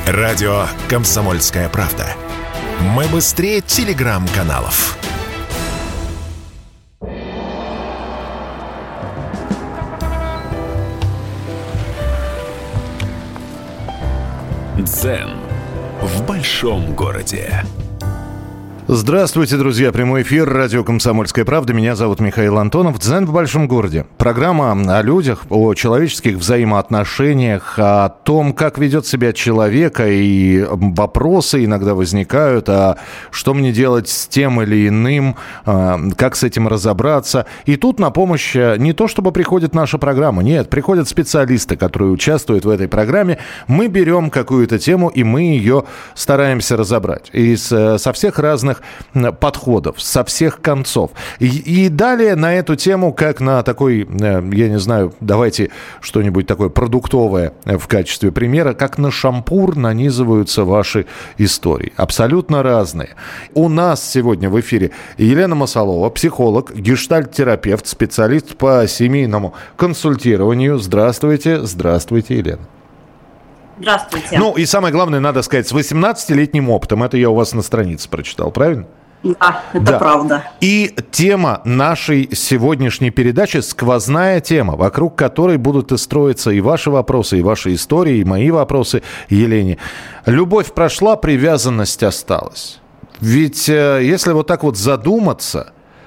Радио «Комсомольская правда». Мы быстрее телеграм-каналов. Дзен в большом городе. Здравствуйте, друзья. Прямой эфир радио «Комсомольская правда». Меня зовут Михаил Антонов. «Дзен в большом городе». Программа о людях, о человеческих взаимоотношениях, о том, как ведет себя человек, и вопросы иногда возникают, а что мне делать с тем или иным, как с этим разобраться. И тут на помощь не то, чтобы приходит наша программа, нет, приходят специалисты, которые участвуют в этой программе. Мы берем какую-то тему, и мы ее стараемся разобрать. И со всех разных подходов, со всех концов. И далее на эту тему, как на такой, я не знаю, давайте что-нибудь такое продуктовое в качестве примера, как на шампур нанизываются ваши истории. Абсолютно разные. У нас сегодня в эфире Елена Масалова, психолог, гештальт-терапевт, специалист по семейному консультированию. Здравствуйте. Здравствуйте, Елена. Здравствуйте. Ну и самое главное, надо сказать, с 18-летним опытом. Это я у вас на странице прочитал, правильно? Да, это правда. И тема нашей сегодняшней передачи — сквозная тема, вокруг которой будут и строиться и ваши вопросы, и ваши истории, и мои вопросы Елене. Любовь прошла, привязанность осталась. Ведь если вот так вот задуматься...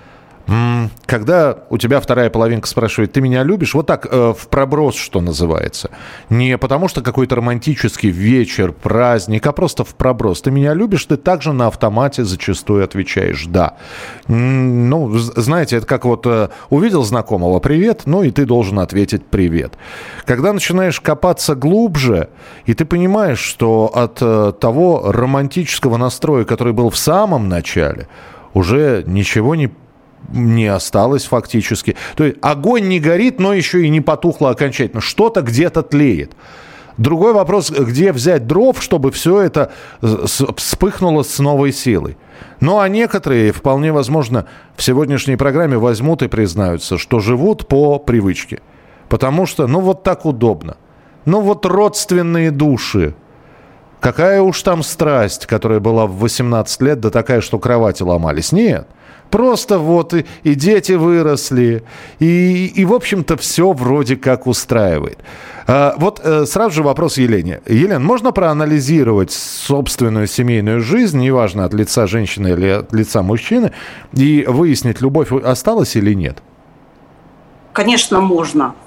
Когда у тебя вторая половинка спрашивает: ты меня любишь? Вот так, в проброс, что называется. Не потому что какой-то романтический вечер, праздник, а просто в проброс. Ты меня любишь? Ты также на автомате зачастую отвечаешь «да». Ну, знаете, это как вот увидел знакомого — привет, ну и ты должен ответить «привет». Когда начинаешь копаться глубже, и ты понимаешь, что от того романтического настроя, который был в самом начале, уже ничего не осталось фактически. То есть огонь не горит, но еще и не потухло окончательно. Что-то где-то тлеет. Другой вопрос, где взять дров, чтобы все это вспыхнуло с новой силой. Ну, а некоторые, вполне возможно, в сегодняшней программе возьмут и признаются, что живут по привычке. Потому что, ну, вот так удобно. Ну, вот родственные души. Какая уж там страсть, которая была в 18 лет, да такая, что кровати ломались. Нет. Просто вот и дети выросли, и в общем-то, все вроде как устраивает. Вот сразу же вопрос Елене. Елена, можно проанализировать собственную семейную жизнь, неважно, от лица женщины или от лица мужчины, и выяснить, любовь осталась или нет? Конечно, можно,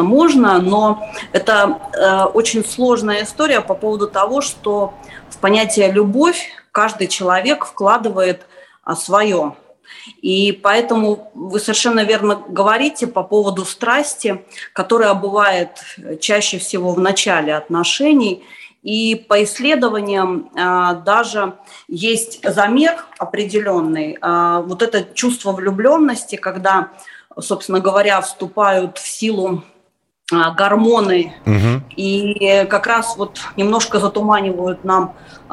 но это очень сложная история по поводу того, что в понятие «любовь» каждый человек вкладывает свое. И поэтому вы совершенно верно говорите по поводу страсти, которая бывает чаще всего в начале отношений. И по исследованиям даже есть замер определенный. Вот это чувство влюбленности, когда, собственно говоря, вступают в силу гормоны, и как раз вот немножко затуманивают нам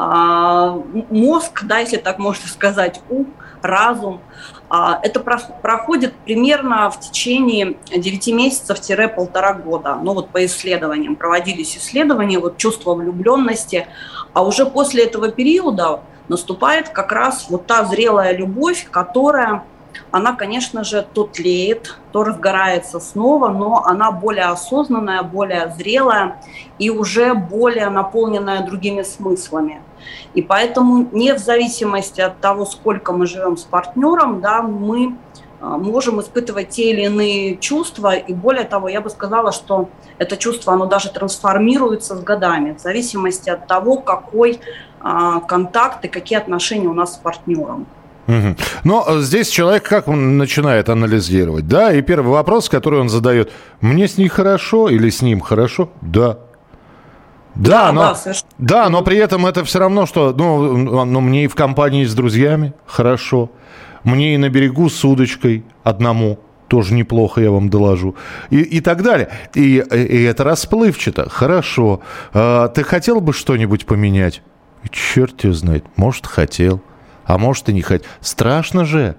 мозг, да, если так можно сказать, ум, разум. Это проходит примерно в течение 9 месяцев-1,5 года. Ну вот по исследованиям, проводились исследования, вот чувство влюбленности. А уже после этого периода наступает как раз вот та зрелая любовь, которая... Она, конечно же, то тлеет, то разгорается снова, но она более осознанная, более зрелая и уже более наполненная другими смыслами. И поэтому не в зависимости от того, сколько мы живем с партнером, да, мы можем испытывать те или иные чувства. И более того, я бы сказала, что это чувство, оно даже трансформируется с годами, в зависимости от того, какой контакт и какие отношения у нас с партнером. Угу. Но здесь человек как он начинает анализировать, да, и первый вопрос, который он задает: мне с ней хорошо или с ним хорошо? Да. Да, но при этом это все равно, что ну, мне и в компании с друзьями хорошо, мне и на берегу с удочкой одному тоже неплохо, я вам доложу, и так далее. И это расплывчато. Хорошо. Ты хотел бы что-нибудь поменять? Черт его знает, может, хотел. А может, и не хотел. Страшно же.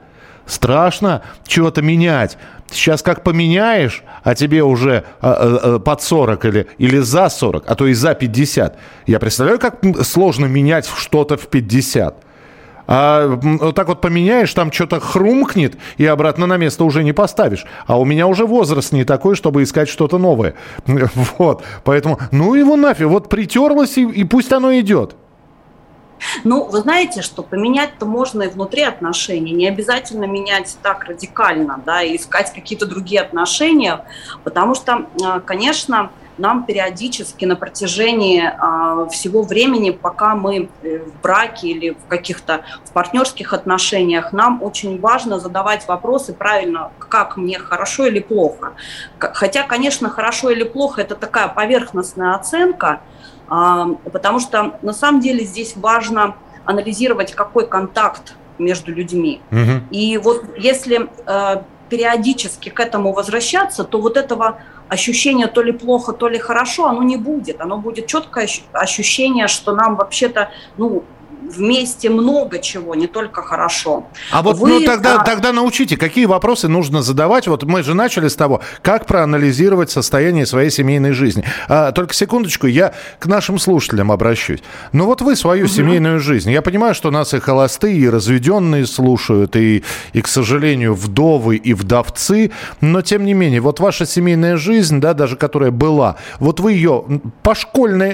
страшно чего-то менять. Сейчас как поменяешь, а тебе уже под 40 или за 40, а то и за 50. Я представляю, как сложно менять что-то в 50. А вот так вот поменяешь, там что-то хрумкнет, и обратно на место уже не поставишь. А у меня уже возраст не такой, чтобы искать что-то новое. Вот, поэтому, ну его нафиг, вот притерлось, и пусть оно идет. Ну, вы знаете, что поменять-то можно и внутри отношений. Не обязательно менять так радикально, да, и искать какие-то другие отношения, потому что, конечно, нам периодически на протяжении всего времени, пока мы в браке или в каких-то в партнерских отношениях, нам очень важно задавать вопросы правильно, как мне, хорошо или плохо. Хотя, конечно, хорошо или плохо – это такая поверхностная оценка, потому что на самом деле здесь важно анализировать, какой контакт между людьми. Угу. И вот если периодически к этому возвращаться, то вот этого ощущения то ли плохо, то ли хорошо, оно не будет. Оно будет четкое ощущение, что нам вообще-то, вместе много чего, не только хорошо. А вот тогда научите, какие вопросы нужно задавать. Вот мы же начали с того, как проанализировать состояние своей семейной жизни. Только секундочку, я к нашим слушателям обращусь. Ну вот вы свою семейную жизнь. Я понимаю, что нас и холостые, и разведенные слушают, и, к сожалению, вдовы и вдовцы. Но, тем не менее, вот ваша семейная жизнь, да, даже которая была, вот вы ее по школьной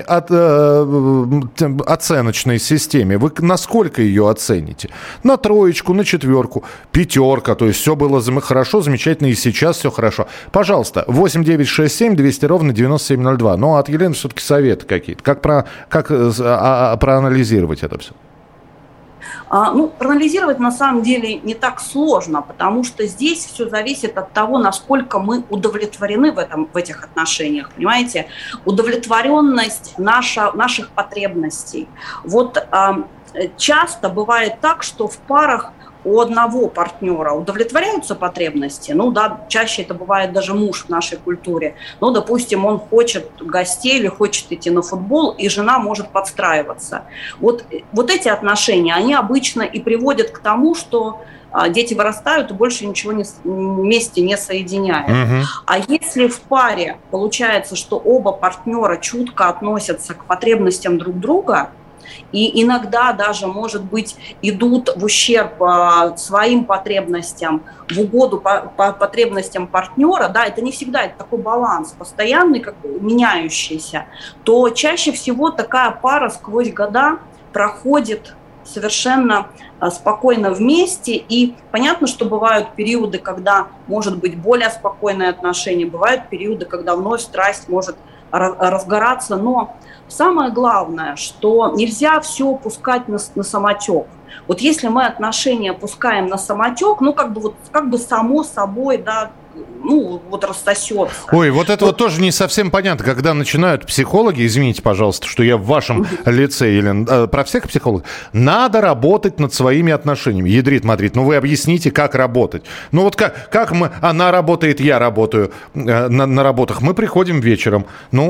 оценочной системе, вы насколько ее оцените? На 3, на 4, 5, то есть все было хорошо, замечательно, и сейчас все хорошо. Пожалуйста, 8 9 6 7 200 ровно 9702. Но от Елены все-таки советы какие-то. Как проанализировать это все? Проанализировать на самом деле не так сложно, потому что здесь все зависит от того, насколько мы удовлетворены в этих отношениях, понимаете? Удовлетворенность наших потребностей. Вот часто бывает так, что в парах у одного партнера удовлетворяются потребности, чаще это бывает даже муж в нашей культуре, допустим, он хочет гостей или хочет идти на футбол, и жена может подстраиваться. Вот эти отношения, они обычно и приводят к тому, что дети вырастают и больше ничего вместе не соединяют. Угу. А если в паре получается, что оба партнера чутко относятся к потребностям друг друга, и иногда даже, может быть, идут в ущерб своим потребностям, в угоду потребностям партнера, да, это не всегда, это такой баланс постоянный, меняющийся, то чаще всего такая пара сквозь года проходит совершенно спокойно вместе, и понятно, что бывают периоды, когда может быть более спокойное отношение, бывают периоды, когда вновь страсть может разгораться, но самое главное, что нельзя все пускать на самотек. Вот если мы отношения пускаем на самотек, как бы само собой, да, рассосется. Ой, вот это вот тоже не совсем понятно, когда начинают психологи, извините, пожалуйста, что я в вашем лице, Елена, про всех психологов, надо работать над своими отношениями. Ядрит Мадрид, вы объясните, как работать. Как она работает, я работаю на работах. Мы приходим вечером,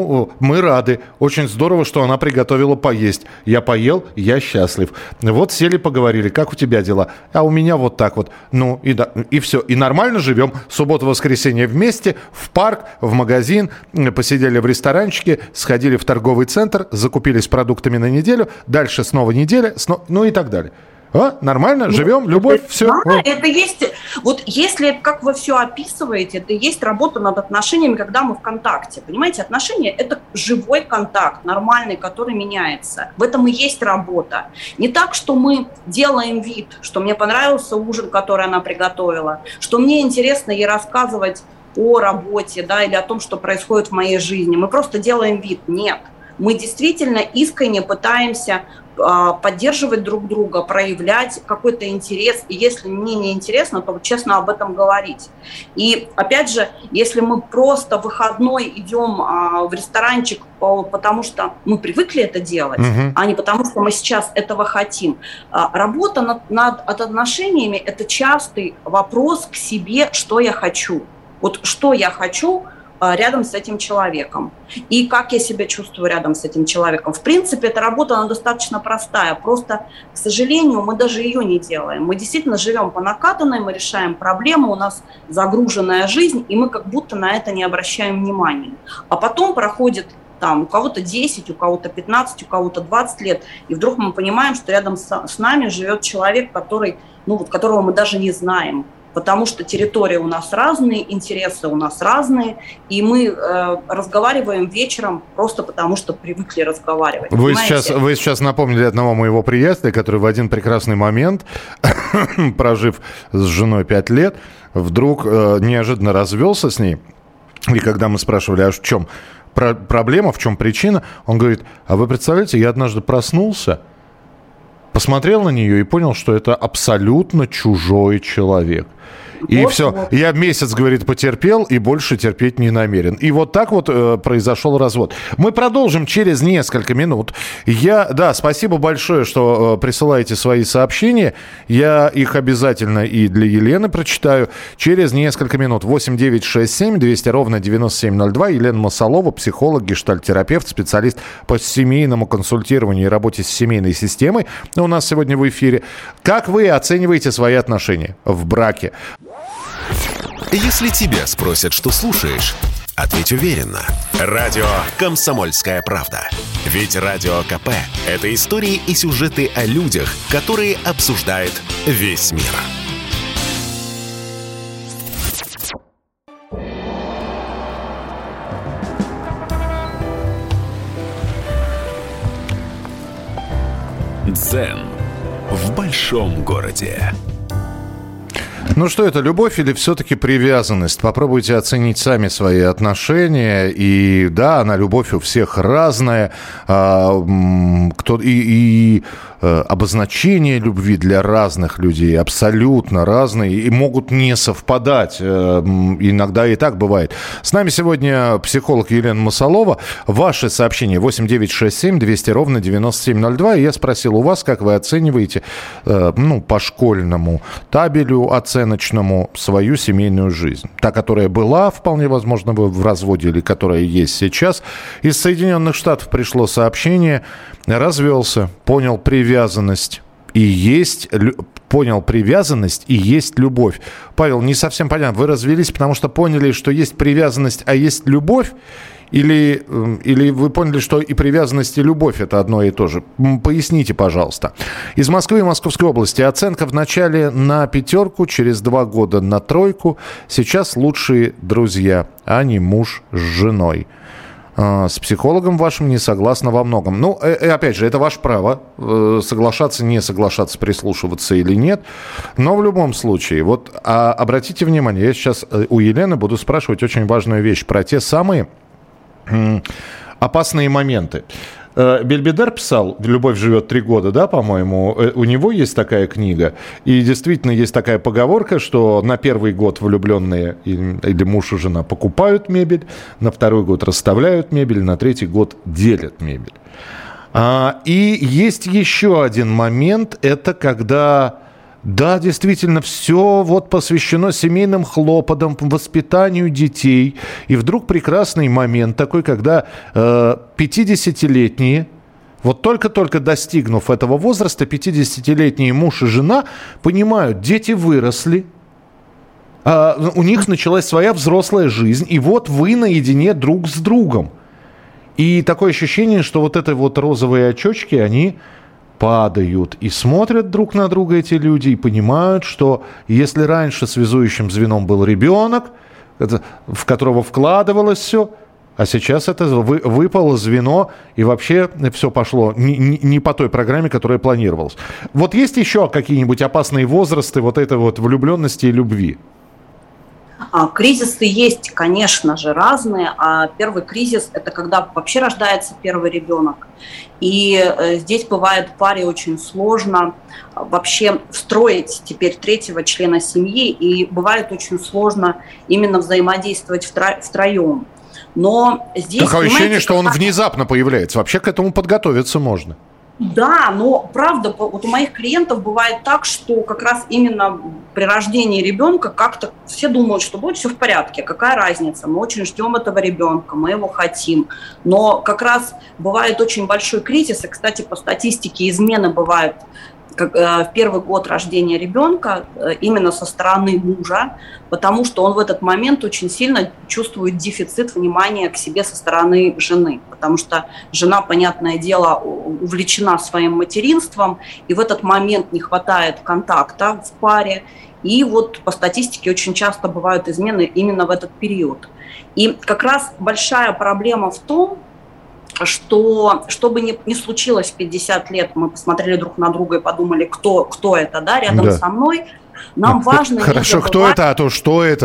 мы рады, очень здорово, что она приготовила поесть. Я поел, я счастлив. Вот сели, поговорили, как у тебя дела? А у меня вот так вот. И все, и нормально живем. Суббота-воскресенье вместе, в парк, в магазин, посидели в ресторанчике, сходили в торговый центр, закупились продуктами на неделю, дальше снова неделя, и так далее. Нормально, живем, любовь, все. Да, это есть, вот если, как вы все описываете, это есть работа над отношениями, когда мы в контакте. Понимаете, отношения – это живой контакт, нормальный, который меняется. В этом и есть работа. Не так, что мы делаем вид, что мне понравился ужин, который она приготовила, что мне интересно ей рассказывать о работе, да, или о том, что происходит в моей жизни. Мы просто делаем вид. Нет. Мы действительно искренне пытаемся поддерживать друг друга, проявлять какой-то интерес. И если мне не интересно, то честно об этом говорить. И опять же, если мы просто в выходной идем в ресторанчик, потому что мы привыкли это делать, а не потому что мы сейчас этого хотим. Работа над отношениями – это частый вопрос к себе, что я хочу. Вот что я хочу рядом с этим человеком. И как я себя чувствую рядом с этим человеком. В принципе, эта работа, она достаточно простая. Просто, к сожалению, мы даже ее не делаем. Мы действительно живем по накатанной, мы решаем проблемы, у нас загруженная жизнь, и мы как будто на это не обращаем внимания. А потом проходит там у кого-то 10, у кого-то 15, у кого-то 20 лет, и вдруг мы понимаем, что рядом с нами живет человек, которого мы даже не знаем. Потому что территории у нас разные, интересы у нас разные, и мы разговариваем вечером просто потому, что привыкли разговаривать. Вы сейчас напомнили одного моего приятеля, который в один прекрасный момент, прожив с женой 5 лет, вдруг неожиданно развелся с ней. И когда мы спрашивали, а в чем проблема, в чем причина, он говорит, а вы представляете, я однажды проснулся, посмотрел на нее и понял, что это абсолютно чужой человек. И все. Я месяц, говорит, потерпел и больше терпеть не намерен. И вот так вот произошел развод. Мы продолжим через несколько минут. Спасибо большое, что присылаете свои сообщения. Я их обязательно и для Елены прочитаю. Через несколько минут. 8-967 200 9702. Елена Масалова, психолог, гештальт-терапевт, специалист по семейному консультированию и работе с семейной системой. У нас сегодня в эфире. Как вы оцениваете свои отношения в браке? Если тебя спросят, что слушаешь, ответь уверенно. Радио «Комсомольская правда». Ведь Радио КП – это истории и сюжеты о людях, которые обсуждает весь мир. Дзен в большом городе. Ну что это, любовь или все-таки привязанность? Попробуйте оценить сами свои отношения. И да, она, любовь у всех разная. Обозначения любви для разных людей абсолютно разные и могут не совпадать. Иногда и так бывает. С нами сегодня психолог Елена Масалова. Ваши сообщения 8-967 200 9702. И я спросил у вас, как вы оцениваете по школьному табелю оценочному свою семейную жизнь. Та, которая была, вполне возможно, в разводе, или которая есть сейчас. Из Соединенных Штатов пришло сообщение. Развелся, понял привязанность и есть любовь. Павел, не совсем понятно. Вы развелись, потому что поняли, что есть привязанность, а есть любовь? Или вы поняли, что и привязанность, и любовь – это одно и то же? Поясните, пожалуйста. Из Москвы и Московской области. Оценка в начале на 5, через 2 года на 3. Сейчас лучшие друзья, а не муж с женой. С психологом вашим не согласна во многом. Опять же, это ваше право. Соглашаться, не соглашаться, прислушиваться или нет. Но в любом случае, обратите внимание, я сейчас у Елены буду спрашивать очень важную вещь про те самые опасные моменты. Бельбедер писал «Любовь живет 3 года», да, по-моему? У него есть такая книга. И действительно есть такая поговорка, что на 1-й год влюбленные или муж и жена покупают мебель, на 2-й год расставляют мебель, на 3-й год делят мебель. И есть еще один момент, это когда... Да, действительно, все посвящено семейным хлопотам, воспитанию детей. И вдруг прекрасный момент такой, когда 50-летние, только-только достигнув этого возраста, 50-летние муж и жена понимают, дети выросли, у них началась своя взрослая жизнь, и вы наедине друг с другом. И такое ощущение, что эти розовые очечки, они... падают и смотрят друг на друга эти люди и понимают, что если раньше связующим звеном был ребенок, в которого вкладывалось все, а сейчас это выпало звено, и вообще все пошло не по той программе, которая планировалась. Есть еще какие-нибудь опасные возрасты этой влюбленности и любви? Кризисы есть, конечно же, разные. Первый кризис – это когда вообще рождается первый ребенок. И здесь бывает паре очень сложно вообще встроить теперь 3-го члена семьи. И бывает очень сложно именно взаимодействовать втроем. Но здесь... Такое ощущение, что он внезапно появляется. Вообще к этому подготовиться можно. Да, но правда, у моих клиентов бывает так, что как раз именно при рождении ребенка как-то все думают, что будет все в порядке, какая разница, мы очень ждем этого ребенка, мы его хотим. Но как раз бывает очень большой кризис, и, кстати, по статистике измены бывают в первый год рождения ребенка именно со стороны мужа, потому что он в этот момент очень сильно чувствует дефицит внимания к себе со стороны жены, потому что жена, понятное дело, увлечена своим материнством, и в этот момент не хватает контакта в паре, и вот по статистике очень часто бывают измены именно в этот период. И как раз большая проблема в том, что бы ни случилось в 50 лет, мы посмотрели друг на друга и подумали, кто это, да, рядом со мной, нам важно Хорошо, не забывать... кто это, а то что это?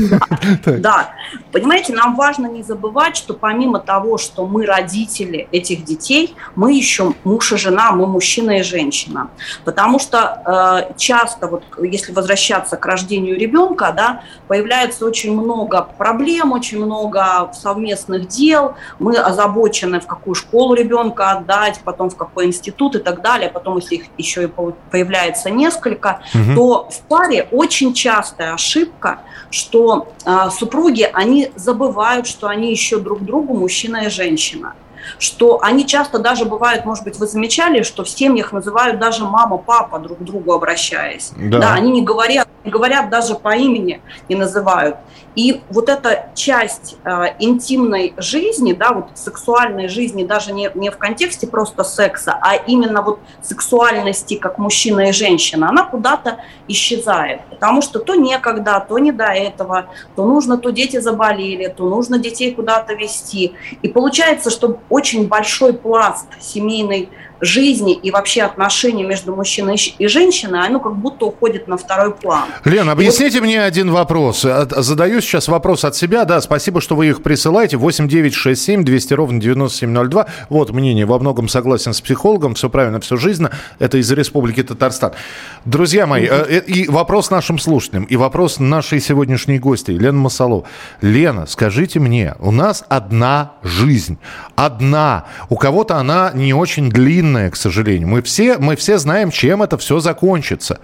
Да, понимаете, нам важно не забывать, что помимо того, что мы родители этих детей, мы еще муж и жена, мы мужчина и женщина. Потому что часто, вот, если возвращаться к рождению ребенка, да, появляется очень много проблем, очень много совместных дел. Мы озабочены, в какую школу ребенка отдать, потом в какой институт и так далее. Потом, если их еще и появляется несколько, то в паре очень частая ошибка, что супруги, они забывают, что они еще друг другу мужчина и женщина. Что они часто даже бывают, может быть, вы замечали, что в семьях называют даже мама, папа друг другу обращаясь. Да, они не говорят даже по имени, не называют. И вот эта часть интимной жизни, да, вот сексуальной жизни, даже не в контексте просто секса, а именно вот сексуальности как мужчина и женщина, она куда-то исчезает. Потому что то некогда, то не до этого, то нужно, то дети заболели, то нужно детей куда-то везти. И получается, что очень большой пласт семейной жизни и вообще отношений между мужчиной и женщиной, оно как будто уходит на второй план. Лена, объясните мне один вопрос. Задаю сейчас вопрос от себя. Да, спасибо, что вы их присылаете. 8 9 6 7 200 ровно 9702. Вот мнение. Во многом согласен с психологом. Все правильно, все жизненно. Это из Республики Татарстан. Друзья мои, и вопрос нашим слушателям, и вопрос нашей сегодняшней гости, Лена Масалова. Лена, скажите мне, у нас одна жизнь. Одна. У кого-то она не очень длинная, к сожалению. Мы все знаем, чем это все закончится.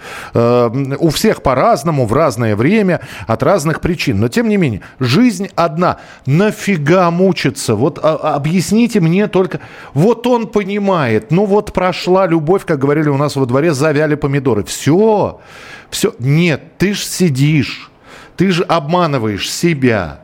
У всех по-разному, в разное время, от разных причин. Но, тем не менее, жизнь одна. Нафига мучиться? Вот объясните мне только... Вот он понимает. Ну вот прошла любовь, как говорили у нас во дворе, завяли помидоры. Все. Нет, ты ж сидишь. Ты же обманываешь себя,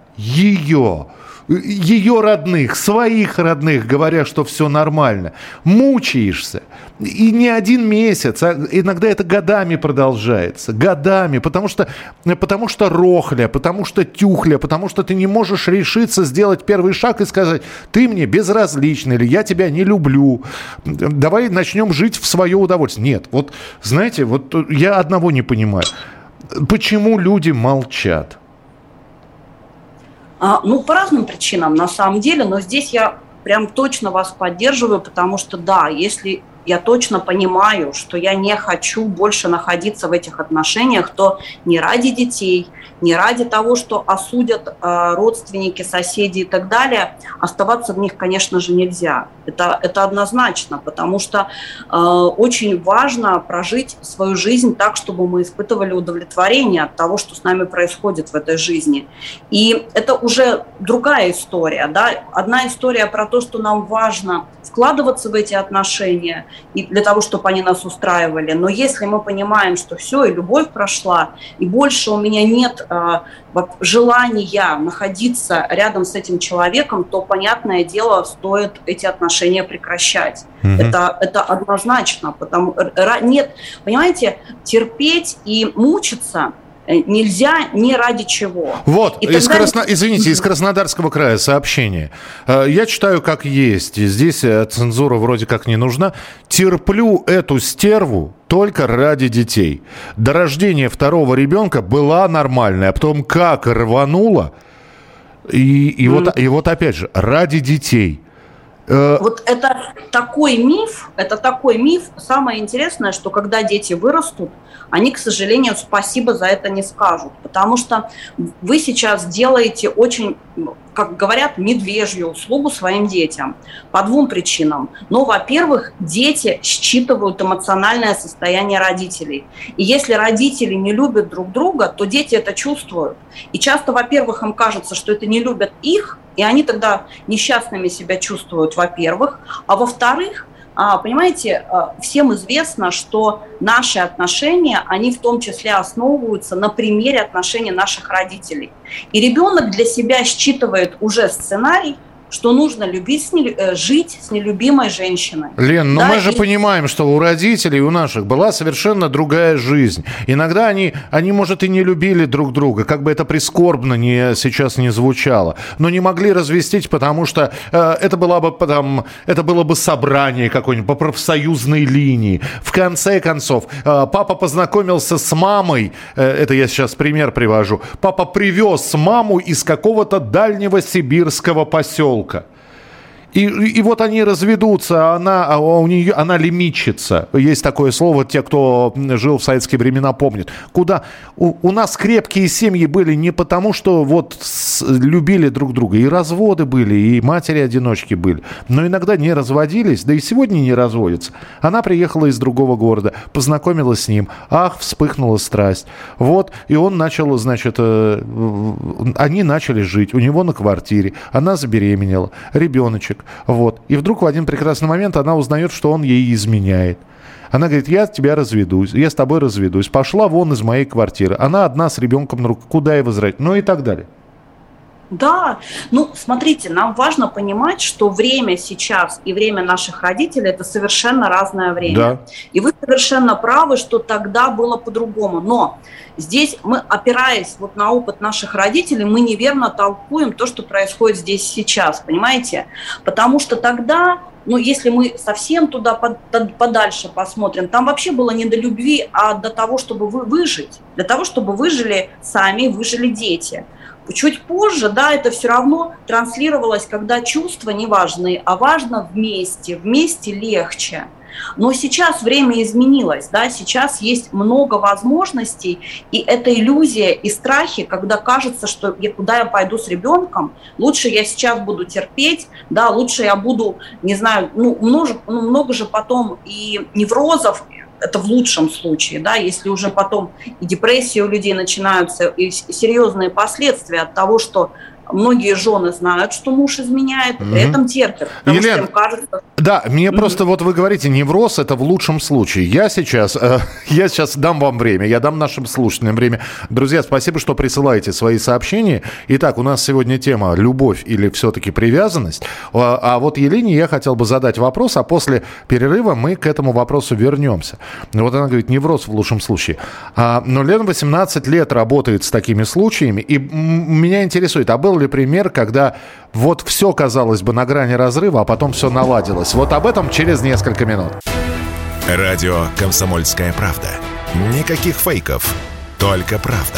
ее родных, своих родных, говоря, что все нормально. Мучаешься. И не один месяц, а иногда это годами продолжается. Годами. Потому что рохля, потому что тюхля, потому что ты не можешь решиться сделать первый шаг и сказать: ты мне безразлична, или я тебя не люблю. Давай начнем жить в свое удовольствие. Нет, вот знаете, вот я одного не понимаю. Почему люди молчат? По разным причинам, на самом деле, но здесь я прям точно вас поддерживаю, потому что, да, если я точно понимаю, что я не хочу больше находиться в этих отношениях, то не ради детей, не ради того, что осудят родственники, соседи и так далее, оставаться в них, конечно же, нельзя. Это однозначно, потому что очень важно прожить свою жизнь так, чтобы мы испытывали удовлетворение от того, что с нами происходит в этой жизни. И это уже другая история. Да? Одна история про то, что нам важно вкладываться в эти отношения, и для того, чтобы они нас устраивали. Но если мы понимаем, что все, и любовь прошла, и больше у меня нет желания находиться рядом с этим человеком, то, понятное дело, стоит эти отношения прекращать. Это однозначно. Понимаете, терпеть и мучиться нельзя ни ради чего. Вот, из Краснодарского края сообщение. Я читаю как есть. Здесь цензура вроде как не нужна. Терплю эту стерву только ради детей. До рождения второго ребенка была нормальная, а потом как рванула. И вот опять же, ради детей. Вот это такой миф. Самое интересное, что когда дети вырастут, они, к сожалению, спасибо за это не скажут. Потому что вы сейчас делаете очень, как говорят, медвежью услугу своим детям. По двум причинам. Но, во-первых, дети считывают эмоциональное состояние родителей. И если родители не любят друг друга, то дети это чувствуют. И часто, во-первых, им кажется, что это не любят их, и они тогда несчастными себя чувствуют, во-первых. А во-вторых, понимаете, всем известно, что наши отношения, они в том числе основываются на примере отношений наших родителей. И ребенок для себя считывает уже сценарий, что нужно жить с нелюбимой женщиной. Лен, но мы же понимаем, что у родителей, у наших была совершенно другая жизнь. Иногда они, может, и не любили друг друга, как бы это прискорбно сейчас не звучало, но не могли развестись, потому что это было бы собрание какое-нибудь по профсоюзной линии. В конце концов, папа познакомился с мамой, это я сейчас пример привожу, папа привез маму из какого-то дальнего сибирского поселка. И вот они разведутся, она лимитчица. Есть такое слово, те, кто жил в советские времена, помнят. У нас крепкие семьи были не потому, что любили друг друга. И разводы были, и матери-одиночки были. Но иногда не разводились, да и сегодня не разводятся. Она приехала из другого города, познакомилась с ним. Вспыхнула страсть. И он начал, они начали жить. У него на квартире. Она забеременела. Ребеночек. И вдруг в один прекрасный момент она узнает, что он ей изменяет. Она говорит: я с тобой разведусь. Пошла вон из моей квартиры. Она одна с ребенком на руках. Куда ей возвращать? И так далее. Да, смотрите, нам важно понимать, что время сейчас и время наших родителей – это совершенно разное время. Да. И вы совершенно правы, что тогда было по-другому. Но здесь мы, опираясь на опыт наших родителей, мы неверно толкуем то, что происходит здесь сейчас, понимаете? Потому что тогда, если мы совсем туда подальше посмотрим, там вообще было не до любви, а до того, чтобы выжить. Для того, чтобы выжили сами, выжили дети. Чуть позже, это все равно транслировалось, когда чувства не важны, а важно вместе легче. Но сейчас время изменилось, сейчас есть много возможностей, и это иллюзия и страхи, когда кажется, что куда я пойду с ребенком, лучше я сейчас буду терпеть, лучше я буду, не знаю, много же потом и неврозов. Это в лучшем случае, если уже потом и депрессия у людей начинаются, и серьезные последствия от того, что многие жены знают, что муж изменяет, и при этом терпят. Потому Елена, что им кажется... Да, мне просто вы говорите, невроз – это в лучшем случае. Я сейчас дам вам время, я дам нашим слушателям время. Друзья, спасибо, что присылаете свои сообщения. Итак, у нас сегодня тема «Любовь или все-таки привязанность?». А Елене я хотел бы задать вопрос, а после перерыва мы к этому вопросу вернемся. Она говорит, невроз в лучшем случае. Но Лена 18 лет работает с такими случаями, и меня интересует, был ли пример, когда все, казалось бы, на грани разрыва, а потом все наладилось? Об этом через несколько минут. Радио «Комсомольская правда». Никаких фейков, только правда.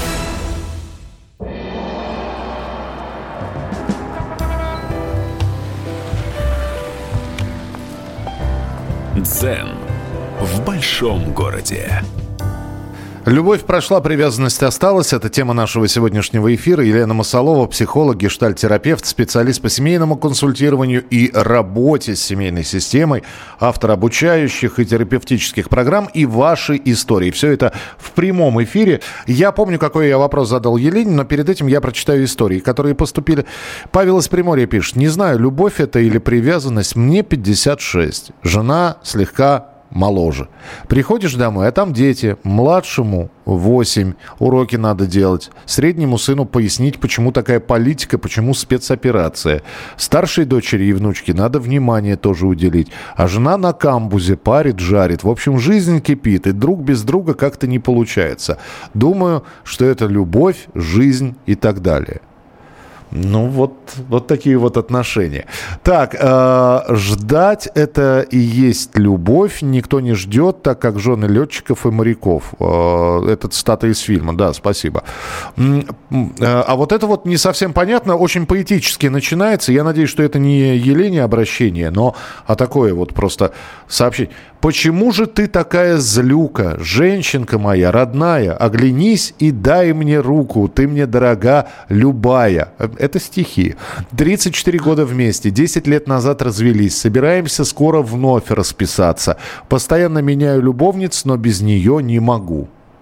Дзен в большом городе. Любовь прошла, привязанность осталась. Это тема нашего сегодняшнего эфира. Елена Масалова, психолог, гештальт-терапевт, специалист по семейному консультированию и работе с семейной системой, автор обучающих и терапевтических программ и ваши истории. Все это в прямом эфире. Я помню, какой я вопрос задал Елене, но перед этим я прочитаю истории, которые поступили. Павел из Приморья пишет. Не знаю, любовь это или привязанность. Мне 56. Жена слегка моложе. Приходишь домой, а там дети. Младшему 8. Уроки надо делать. Среднему сыну пояснить, почему такая политика, почему спецоперация. Старшей дочери и внучке надо внимание тоже уделить. А жена на камбузе парит, жарит. В общем, жизнь кипит, и друг без друга как-то не получается. Думаю, что это любовь, жизнь и так далее. Ну, вот такие вот отношения. Так, ждать — это и есть любовь. Никто не ждет, так как жены летчиков и моряков. Это цитата из фильма, да, спасибо. А вот это вот не совсем понятно, очень поэтически начинается. Я надеюсь, что это не Елене обращение, но такое вот просто сообщение. Почему же ты такая злюка, женщинка моя, родная? Оглянись и дай мне руку, ты мне дорога, любая. Это стихи. 34 года вместе, 10 лет назад развелись, собираемся скоро вновь расписаться. Постоянно меняю любовниц, но без нее не могу.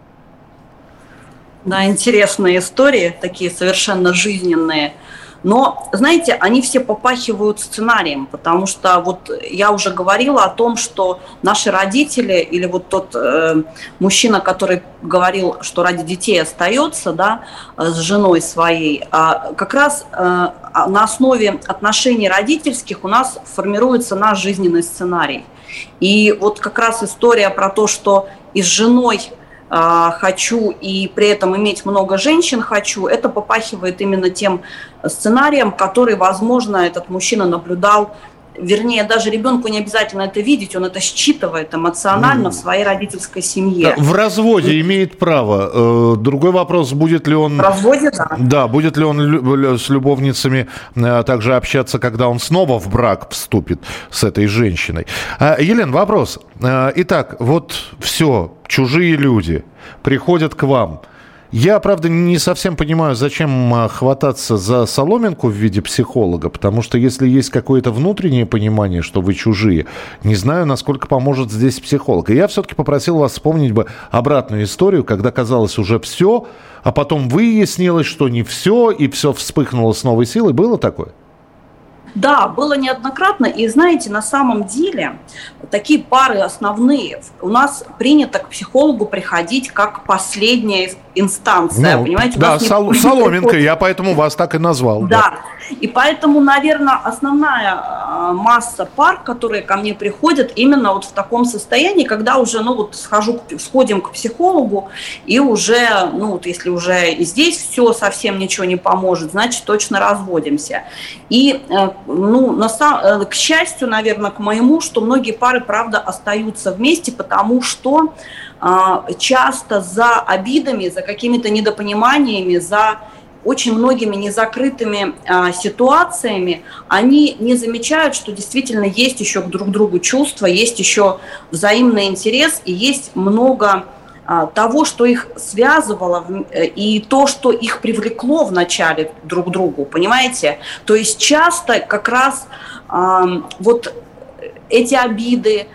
Да, интересные истории, такие совершенно жизненные. Но, знаете, они все попахивают сценарием, потому что вот я уже говорила о том, что наши родители или вот тот мужчина, который говорил, что ради детей остается, да, с женой своей, как раз на основе отношений родительских у нас формируется наш жизненный сценарий. И вот как раз история про то, что и с женой хочу и при этом иметь много женщин хочу, это попахивает именно тем сценарием, который, возможно, этот мужчина наблюдал. Вернее, даже ребенку не обязательно это видеть, он это считывает эмоционально в своей родительской семье. В разводе имеет право. Другой вопрос, будет ли он... В разводе, да. Да, будет ли он с любовницами также общаться, когда он снова в брак вступит с этой женщиной. Елена, вопрос. Итак, вот все, чужие люди приходят к вам. Я, правда, не совсем понимаю, зачем хвататься за соломинку в виде психолога, потому что если есть какое-то внутреннее понимание, что вы чужие, не знаю, насколько поможет здесь психолог. И я все-таки попросил вас вспомнить бы обратную историю, когда казалось уже все, а потом выяснилось, что не все, и все вспыхнуло с новой силой. Было такое? Да, было неоднократно, и знаете, на самом деле такие пары основные. У нас принято к психологу приходить как последняя инстанция, понимаете? Да, соломинка, я поэтому вас так и назвал. Да, и поэтому, наверное, основная масса пар, которые ко мне приходят, именно вот в таком состоянии, когда уже, сходим к психологу, и уже, если уже и здесь все совсем ничего не поможет, значит, точно разводимся. И к счастью, наверное, к моему, что многие пары, правда, остаются вместе, потому что часто за обидами, за какими-то недопониманиями, за очень многими незакрытыми ситуациями они не замечают, что действительно есть еще друг к другу чувства, есть еще взаимный интерес и есть много того, что их связывало, и то, что их привлекло вначале друг к другу, понимаете? То есть часто как раз вот эти обиды,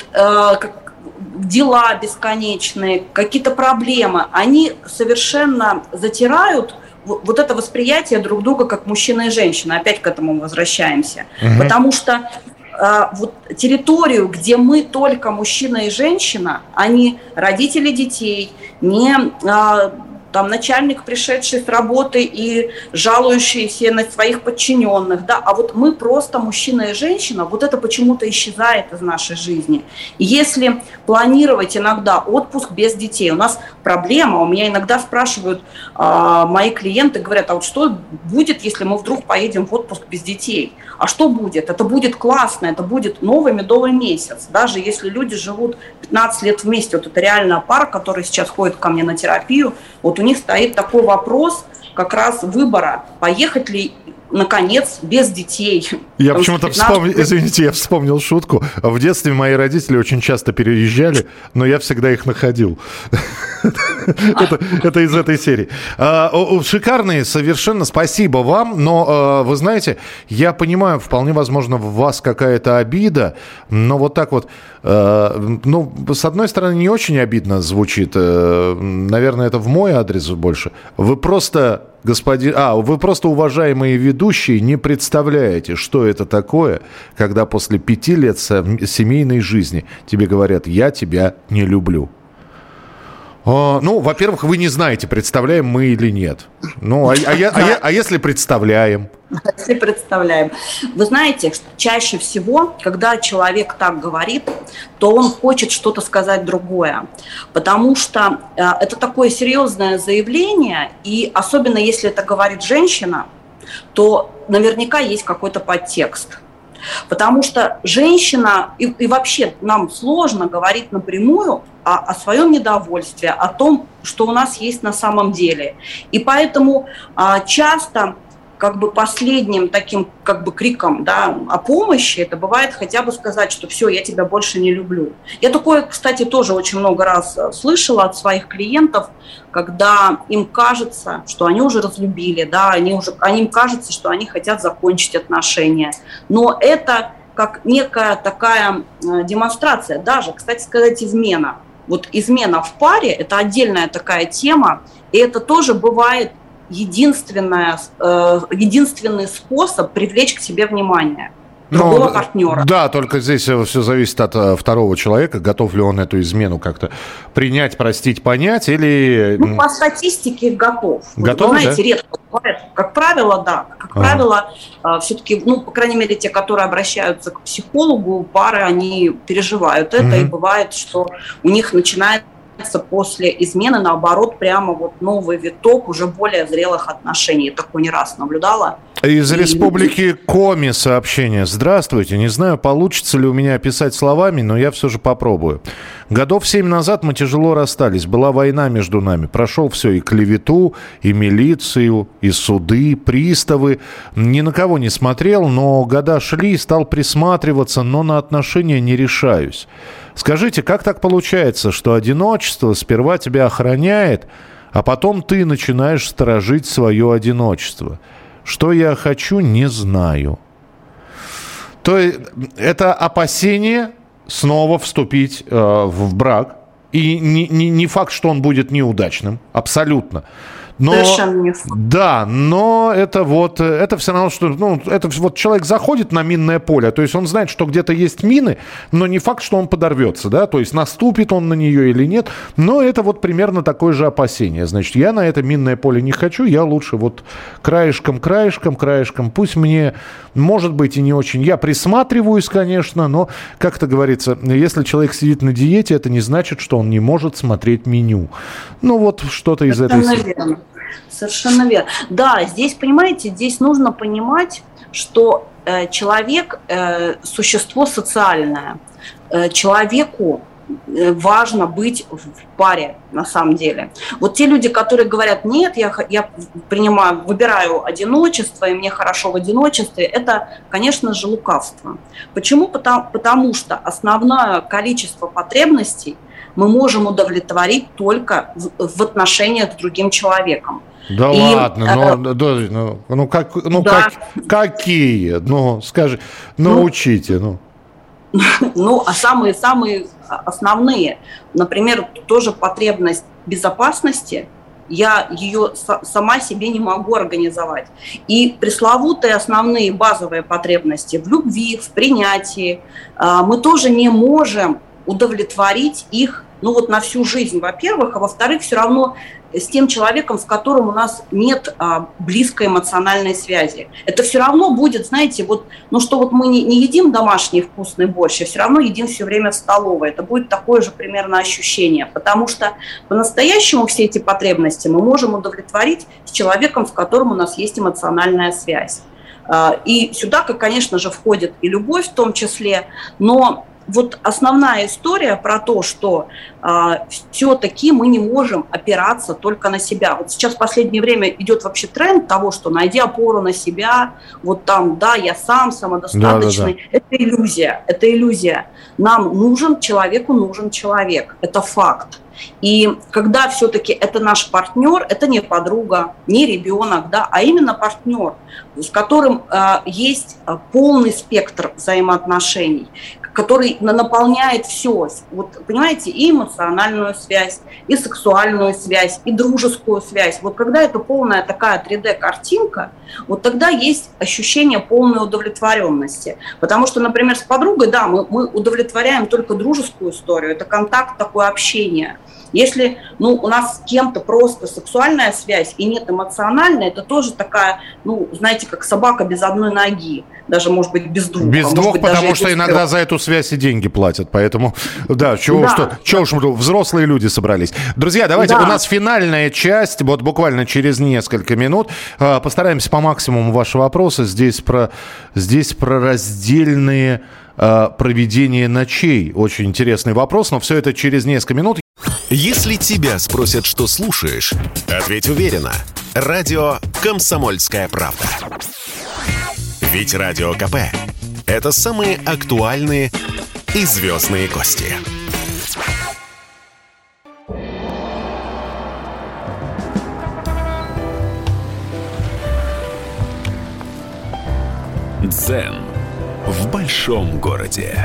дела бесконечные, какие-то проблемы, они совершенно затирают вот это восприятие друг друга как мужчина и женщина. Опять к этому возвращаемся. Потому что территорию, где мы только мужчина и женщина, а не родители детей, не начальник, пришедший с работы и жалующийся на своих подчиненных, да, а вот мы просто мужчина и женщина, вот это почему-то исчезает из нашей жизни. И если планировать иногда отпуск без детей, у нас проблема, у меня иногда спрашивают мои клиенты, говорят, а вот что будет, если мы вдруг поедем в отпуск без детей? А что будет? Это будет классно, это будет новый медовый месяц, даже если люди живут 15 лет вместе, вот это реальная пара, которая сейчас ходит ко мне на терапию, вот у них стоит такой вопрос как раз выбора, поехать ли, наконец, без детей. Я почему-то вспомнил шутку. В детстве мои родители очень часто переезжали, но я всегда их находил. Это из этой серии. Шикарные совершенно. Спасибо вам. Но, вы знаете, я понимаю, вполне возможно, в вас какая-то обида, но вот так вот, с одной стороны, не очень обидно звучит. Наверное, это в мой адрес больше. Вы просто... вы просто, уважаемые ведущие, не представляете, что это такое, когда после 5 лет семейной жизни тебе говорят: «Я тебя не люблю». Во-первых, вы не знаете, представляем мы или нет. А если представляем? Если представляем. Вы знаете, что чаще всего, когда человек так говорит, то он хочет что-то сказать другое. Потому что это такое серьезное заявление, и особенно если это говорит женщина, то наверняка есть какой-то подтекст. Потому что женщина, и вообще нам сложно говорить напрямую о своем недовольстве, о том, что у нас есть на самом деле. И поэтому часто как бы последним таким как бы криком, да, о помощи это бывает хотя бы сказать, что все, я тебя больше не люблю. Я такое, кстати, тоже очень много раз слышала от своих клиентов, когда им кажется, что они уже разлюбили, да, им кажется, что они хотят закончить отношения. Но это как некая такая демонстрация, даже, кстати сказать, измена. Вот измена в паре – это отдельная такая тема, и это тоже бывает единственный способ привлечь к себе внимание другого партнера. Да, только здесь все зависит от второго человека, готов ли он эту измену как-то принять, простить, понять, или... Ну, по статистике готов. Готов, вы знаете, да? редко бывает. Как правило, да. Как правило, все-таки, ну, по крайней мере, те, которые обращаются к психологу, пары, они переживают это, и бывает, что у них начинает после измены, наоборот, прямо вот новый виток уже более зрелых отношений. Я такое не раз наблюдала. Из Республики Коми сообщение. Здравствуйте. Не знаю, получится ли у меня описать словами, но я все же попробую. Годов 7 назад мы тяжело расстались. Была война между нами. Прошел все, и клевету, и милицию, и суды, приставы. Ни на кого не смотрел, но года шли, стал присматриваться, но на отношения не решаюсь. Скажите, как так получается, что одиночество сперва тебя охраняет, а потом ты начинаешь сторожить свое одиночество? Что я хочу, не знаю. То есть это опасение снова вступить в брак. И не факт, что он будет неудачным. Абсолютно. Но, совершенно не факт. Да, но это все равно, что это вот человек заходит на минное поле, то есть он знает, что где-то есть мины, но не факт, что он подорвется, да, то есть наступит он на нее или нет, но это вот примерно такое же опасение. Значит, я на это минное поле не хочу, я лучше вот краешком, пусть мне, может быть, и не очень, я присматриваюсь, конечно, но, как это говорится, если человек сидит на диете, это не значит, что он не может смотреть меню. Ну вот что-то из этой... Совершенно верно. Да, здесь, понимаете, здесь нужно понимать, что человек – существо социальное. Человеку важно быть в паре, на самом деле. Вот те люди, которые говорят, нет, я выбираю одиночество, и мне хорошо в одиночестве, это, конечно же, лукавство. Почему? Потому что основное количество потребностей мы можем удовлетворить только в отношениях с другим человеком. Да ладно, какие? Ну, скажи, научите, а самые основные, например, тоже потребность безопасности, я ее сама себе не могу организовать. И пресловутые основные базовые потребности в любви, в принятии, мы тоже не можем удовлетворить их, на всю жизнь, во-первых, а во-вторых, все равно с тем человеком, с которым у нас нет близкой эмоциональной связи. Это все равно будет, знаете, мы не едим домашний вкусный борщ, а все равно едим все время в столовой. Это будет такое же примерно ощущение, потому что по-настоящему все эти потребности мы можем удовлетворить с человеком, с которым у нас есть эмоциональная связь. И сюда, конечно же, входит и любовь в том числе, но вот основная история про то, что все-таки мы не можем опираться только на себя. Вот сейчас в последнее время идет вообще тренд того, что найди опору на себя, я сам самодостаточный. Да. Это иллюзия. Человеку нужен человек, это факт. И когда все-таки это наш партнер, это не подруга, не ребенок, а именно партнер, с которым есть полный спектр взаимоотношений, который наполняет все, понимаете, и эмоциональную связь, и сексуальную связь, и дружескую связь. Когда это полная такая 3D-картинка, тогда есть ощущение полной удовлетворенности. Потому что, например, с подругой, мы удовлетворяем только дружескую историю, это контакт, такое общение. Если у нас с кем-то просто сексуальная связь и нет эмоциональной, это тоже такая, знаете, как собака без одной ноги. даже, может быть, без двух. Без двух, потому что иногда 3. за эту связь и деньги платят. Поэтому, да, чего уж взрослые люди собрались. Друзья, давайте, у нас финальная часть, вот буквально через несколько минут. Постараемся по максимуму ваши вопросы. Здесь про раздельные проведение ночей. Очень интересный вопрос, но все это через несколько минут. Если тебя спросят, что слушаешь, ответь уверенно. Радио «Комсомольская правда». Ведь Радио КП – это самые актуальные и звездные гости. Дзен в большом городе.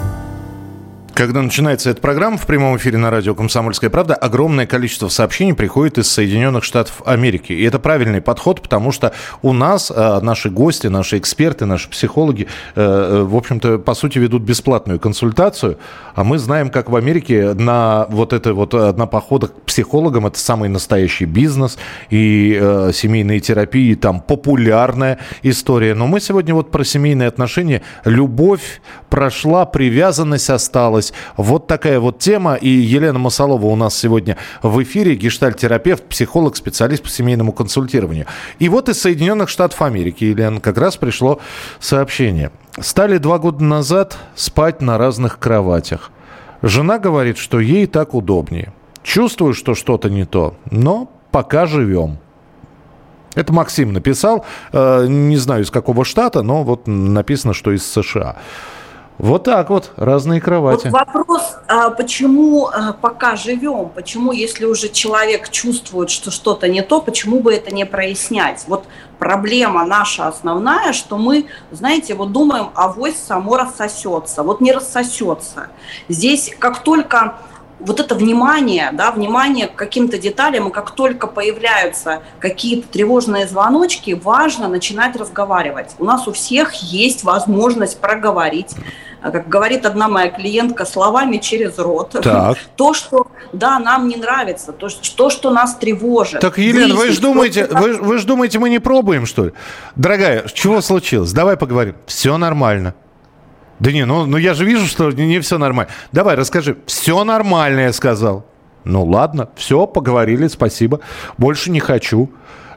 Когда начинается эта программа в прямом эфире на радио «Комсомольская правда», огромное количество сообщений приходит из Соединенных Штатов Америки. И это правильный подход, потому что у нас наши гости, наши эксперты, наши психологи, в общем-то, по сути, ведут бесплатную консультацию. А мы знаем, как в Америке на походах к психологам это самый настоящий бизнес. И семейные терапии там популярная история. Но мы сегодня вот про семейные отношения. Любовь прошла, привязанность осталась. Вот такая вот тема. И Елена Масалова у нас сегодня в эфире. Гештальт-терапевт, психолог, специалист по семейному консультированию. И вот из Соединенных Штатов Америки, Елена, как раз пришло сообщение. Стали 2 года назад спать на разных кроватях. Жена говорит, что ей так удобнее. Чувствую, что что-то не то, но пока живем. Это Максим написал. Не знаю, из какого штата, но вот написано, что из США. Вот так вот, разные кровати. Вот вопрос, почему пока живем, почему, если уже человек чувствует, что что-то не то, почему бы это не прояснять? Вот проблема наша основная, что мы, знаете, вот думаем, авось само рассосется. Вот не рассосется. Здесь как только вот это внимание к каким-то деталям, и как только появляются какие-то тревожные звоночки, важно начинать разговаривать. У нас у всех есть возможность проговорить, как говорит одна моя клиентка, словами через рот. Так. То, что, нам не нравится, то, что нас тревожит. Так, Елена, вы же думаете, мы не пробуем, что ли? Дорогая, чего случилось? Давай поговорим. Все нормально. Да не, ну я же вижу, что не все нормально. Давай, расскажи. Все нормально, я сказал. Ну ладно, все, поговорили, спасибо. Больше не хочу.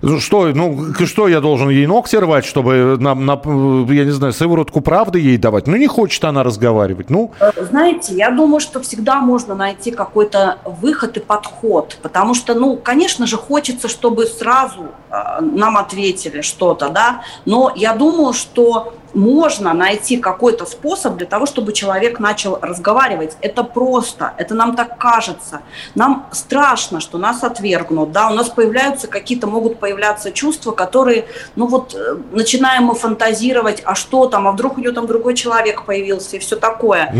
Что я должен ей ногти рвать, чтобы, я не знаю, сыворотку правды ей давать? Ну, не хочет она разговаривать. Знаете, я думаю, что всегда можно найти какой-то выход и подход. Потому что, конечно же, хочется, чтобы сразу нам ответили что-то, да. Но я думаю, что можно найти какой-то способ для того, чтобы человек начал разговаривать. Это просто, это нам так кажется. Нам страшно, что нас отвергнут, да, у нас могут появляться чувства, которые, начинаем мы фантазировать, а что там, а вдруг у нее там другой человек появился и все такое.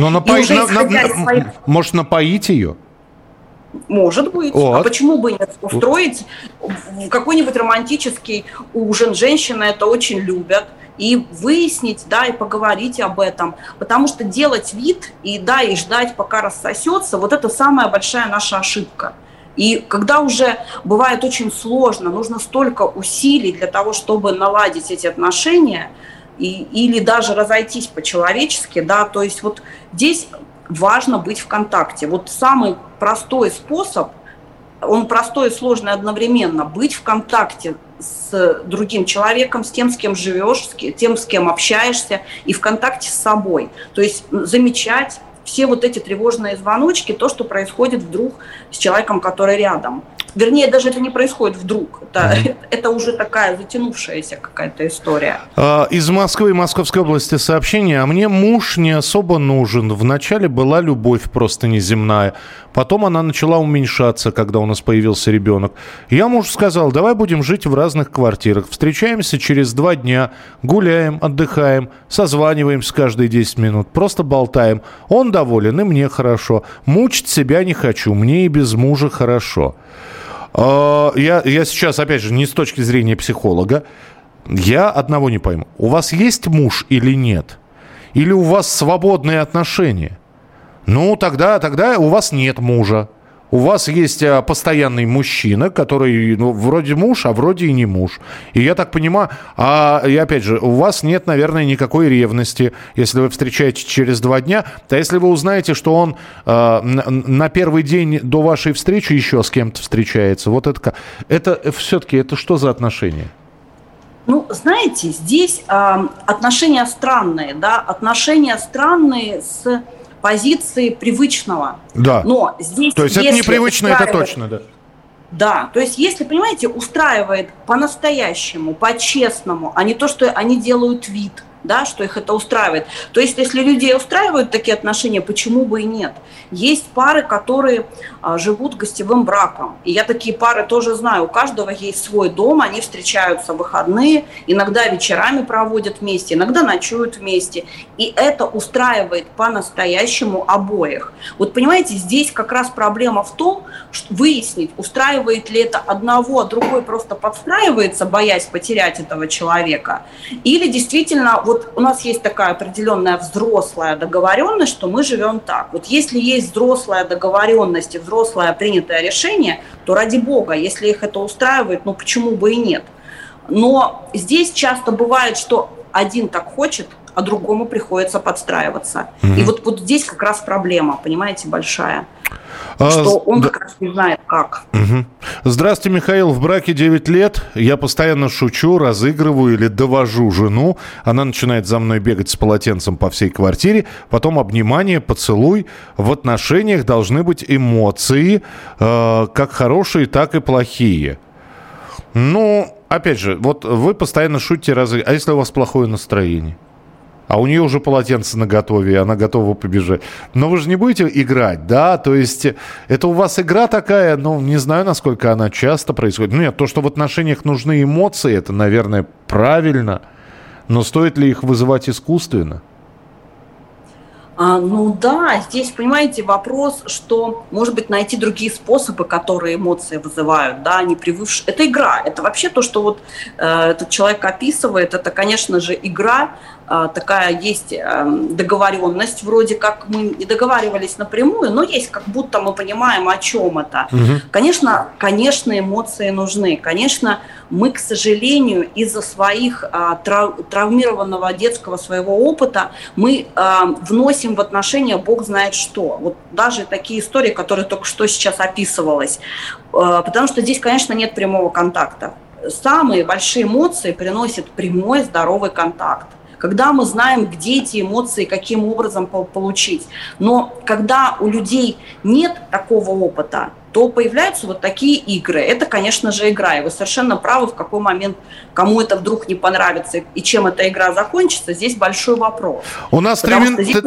Может, напоить ее? Может быть. Вот. А почему бы не устроить какой-нибудь романтический ужин? Женщины это очень любят. И выяснить, и поговорить об этом. Потому что делать вид и ждать, пока рассосется, вот это самая большая наша ошибка. И когда уже бывает очень сложно, нужно столько усилий для того, чтобы наладить эти отношения или даже разойтись по-человечески, то есть вот здесь важно быть в контакте. Вот самый простой способ, он простой и сложный одновременно, быть в контакте с другим человеком, с тем, с кем живешь, с тем, с кем общаешься, и в контакте с собой. То есть замечать все вот эти тревожные звоночки, то, что происходит вдруг с человеком, который рядом. Вернее, даже это не происходит вдруг. Это уже такая затянувшаяся какая-то история. Из Москвы и Московской области сообщение. А мне муж не особо нужен. Вначале была любовь просто неземная. Потом она начала уменьшаться, когда у нас появился ребенок. Я мужу сказал, давай будем жить в разных квартирах. Встречаемся через 2 дня. Гуляем, отдыхаем. Созваниваемся каждые 10 минут. Просто болтаем. Он доволен, и мне хорошо. Мучить себя не хочу. Мне и без мужа хорошо. Я сейчас, опять же, не с точки зрения психолога. Я одного не пойму. У вас есть муж или нет? Или у вас свободные отношения? Тогда у вас нет мужа. У вас есть постоянный мужчина, который вроде муж, а вроде и не муж. И я так понимаю, и опять же, у вас нет, наверное, никакой ревности, если вы встречаетесь через 2 дня. А если вы узнаете, что он на первый день до вашей встречи еще с кем-то встречается, вот это все-таки это что за отношения? Знаете, здесь отношения странные, да, отношения странные с позиции привычного. Да. Но здесь, то есть это непривычно, это точно, да. Да, то есть если, понимаете, устраивает по-настоящему, по-честному, а не то, что они делают вид, да, что их это устраивает. То есть если людей устраивают такие отношения, почему бы и нет? Есть пары, которые живут гостевым браком. И я такие пары тоже знаю. У каждого есть свой дом, они встречаются в выходные, иногда вечерами проводят вместе, иногда ночуют вместе. И это устраивает по-настоящему обоих. Вот понимаете, здесь как раз проблема в том, что выяснить, устраивает ли это одного, а другой просто подстраивается, боясь потерять этого человека. Или действительно, вот у нас есть такая определенная взрослая договоренность, что мы живем так. Вот если есть взрослая договоренность и взрослое принятое решение, то ради бога, если их это устраивает, почему бы и нет. Но здесь часто бывает, что один так хочет, а другому приходится подстраиваться. И вот здесь как раз проблема, понимаете, большая. Что он как раз не знает, как. Здравствуйте, Михаил. В браке 9 лет. Я постоянно шучу, разыгрываю или довожу жену. Она начинает за мной бегать с полотенцем по всей квартире. Потом обнимание, поцелуй. В отношениях должны быть эмоции, как хорошие, так и плохие. Опять же, вот вы постоянно шутите, а если у вас плохое настроение? А у нее уже полотенце наготове, и она готова побежать. Но вы же не будете играть, да? То есть это у вас игра такая, не знаю, насколько она часто происходит. Нет, то, что в отношениях нужны эмоции, это, наверное, правильно. Но стоит ли их вызывать искусственно? Да, здесь, понимаете, вопрос, что, может быть, найти другие способы, которые эмоции вызывают, да, не привыкшие. Это игра, это вообще то, что вот этот человек описывает, это, конечно же, игра, такая есть договоренность, вроде как мы не договаривались напрямую, но есть как будто мы понимаем, о чем это. Конечно, эмоции нужны, конечно, мы, к сожалению, из-за своих травмированного детского своего опыта, мы вносим в отношения бог знает что. Вот даже такие истории, которые только что сейчас описывалось. Потому что здесь, конечно, нет прямого контакта. Самые большие эмоции приносят прямой здоровый контакт. Когда мы знаем, где эти эмоции, каким образом получить. Но когда у людей нет такого опыта, то появляются вот такие игры. Это, конечно же, игра. И вы совершенно правы, в какой момент кому это вдруг не понравится и чем эта игра закончится, здесь большой вопрос. У нас 3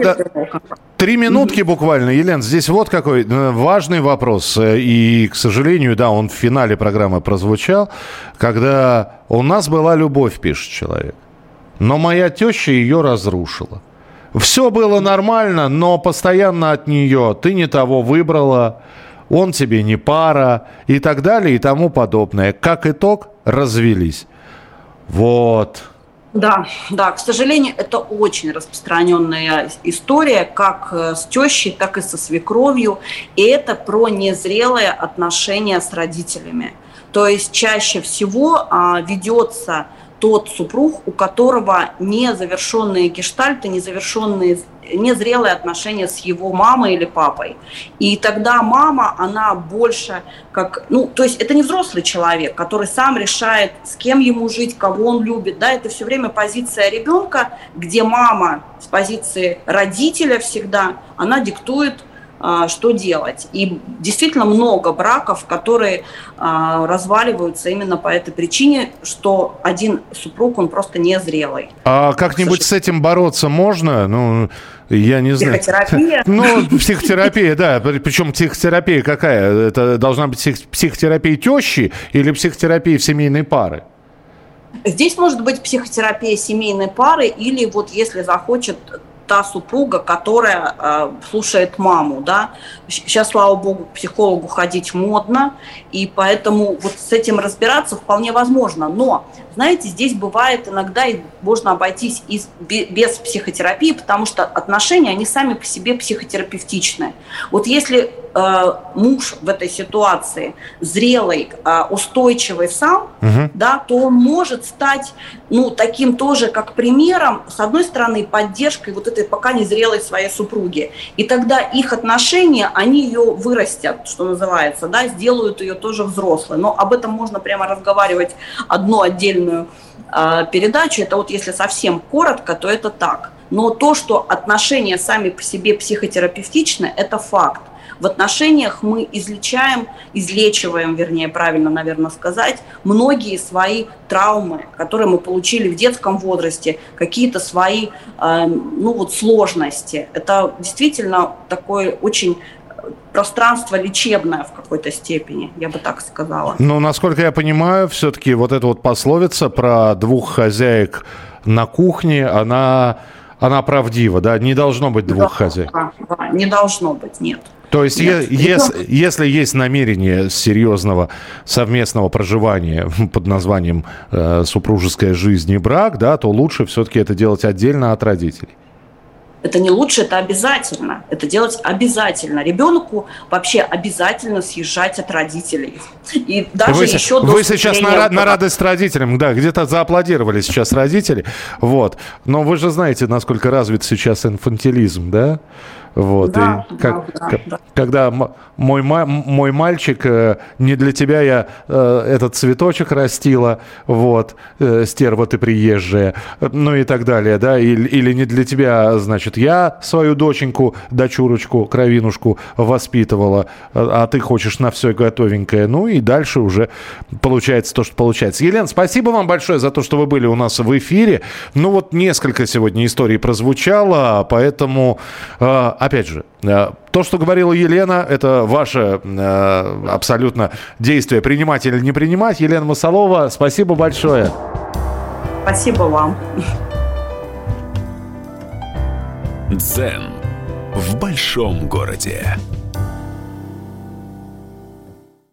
минутки буквально. Елена, здесь вот какой важный вопрос. И, к сожалению, да, он в финале программы прозвучал. Когда у нас была любовь, пишет человек. Но моя теща ее разрушила. Все было нормально, но постоянно от нее ты не того выбрала, он тебе не пара и так далее и тому подобное. Как итог, развелись. Вот. Да, к сожалению, это очень распространенная история, как с тещей, так и со свекровью. И это про незрелые отношения с родителями. То есть чаще всего ведется тот супруг, у которого незавершенные гештальты, незрелые отношения с его мамой или папой. И тогда мама, она больше как... то есть это не взрослый человек, который сам решает, с кем ему жить, кого он любит. Да? Это все время позиция ребенка, где мама с позиции родителя всегда, она диктует, что делать. И действительно много браков, которые разваливаются именно по этой причине, что один супруг, он просто незрелый. А как-нибудь с этим бороться можно? Я не знаю. Психотерапия? Психотерапия, да. Причем психотерапия какая? Это должна быть психотерапия тещи или психотерапия семейной пары? Здесь может быть психотерапия семейной пары или вот если захочет та супруга, которая слушает маму, да. Сейчас, слава богу, к психологу ходить модно, и поэтому вот с этим разбираться вполне возможно. Но, знаете, здесь бывает иногда и можно обойтись без психотерапии, потому что отношения, они сами по себе психотерапевтичны. Вот если муж в этой ситуации зрелый, устойчивый сам, да, то он может стать, таким тоже как примером, с одной стороны, поддержкой вот этой пока незрелой своей супруги. И тогда их отношения, они ее вырастят, что называется, да, сделают ее тоже взрослой. Но об этом можно прямо разговаривать одну отдельную передачу. Это вот если совсем коротко, то это так. Но то, что отношения сами по себе психотерапевтичны, это факт. В отношениях мы излечиваем, вернее, правильно, наверное, сказать, многие свои травмы, которые мы получили в детском возрасте, какие-то свои, сложности. Это действительно такое очень пространство лечебное в какой-то степени, я бы так сказала. Насколько я понимаю, все-таки вот эта вот пословица про двух хозяек на кухне, она правдива, да? Не должно быть двух хозяек. Да, не должно быть, нет. То есть, если есть намерение серьезного совместного проживания под названием супружеская жизнь и брак, да, то лучше все-таки это делать отдельно от родителей. Это не лучше, это обязательно. Это делать обязательно. Ребенку вообще обязательно съезжать от родителей. И даже вы сейчас на радость родителям, да, где-то зааплодировали сейчас родители. Вот. Но вы же знаете, насколько развит сейчас инфантилизм, да? Вот. Да, когда мой мальчик, не для тебя я этот цветочек растила, вот, стерва ты приезжая, и так далее, да, или не для тебя, значит, я свою дочурочку, кровинушку воспитывала, а ты хочешь на все готовенькое, и дальше уже получается то, что получается. Елена, спасибо вам большое за то, что вы были у нас в эфире. Несколько сегодня историй прозвучало, поэтому... Опять же, то, что говорила Елена, это ваше абсолютно действие, принимать или не принимать. Елена Масалова, спасибо большое. Спасибо вам. Дзен в большом городе.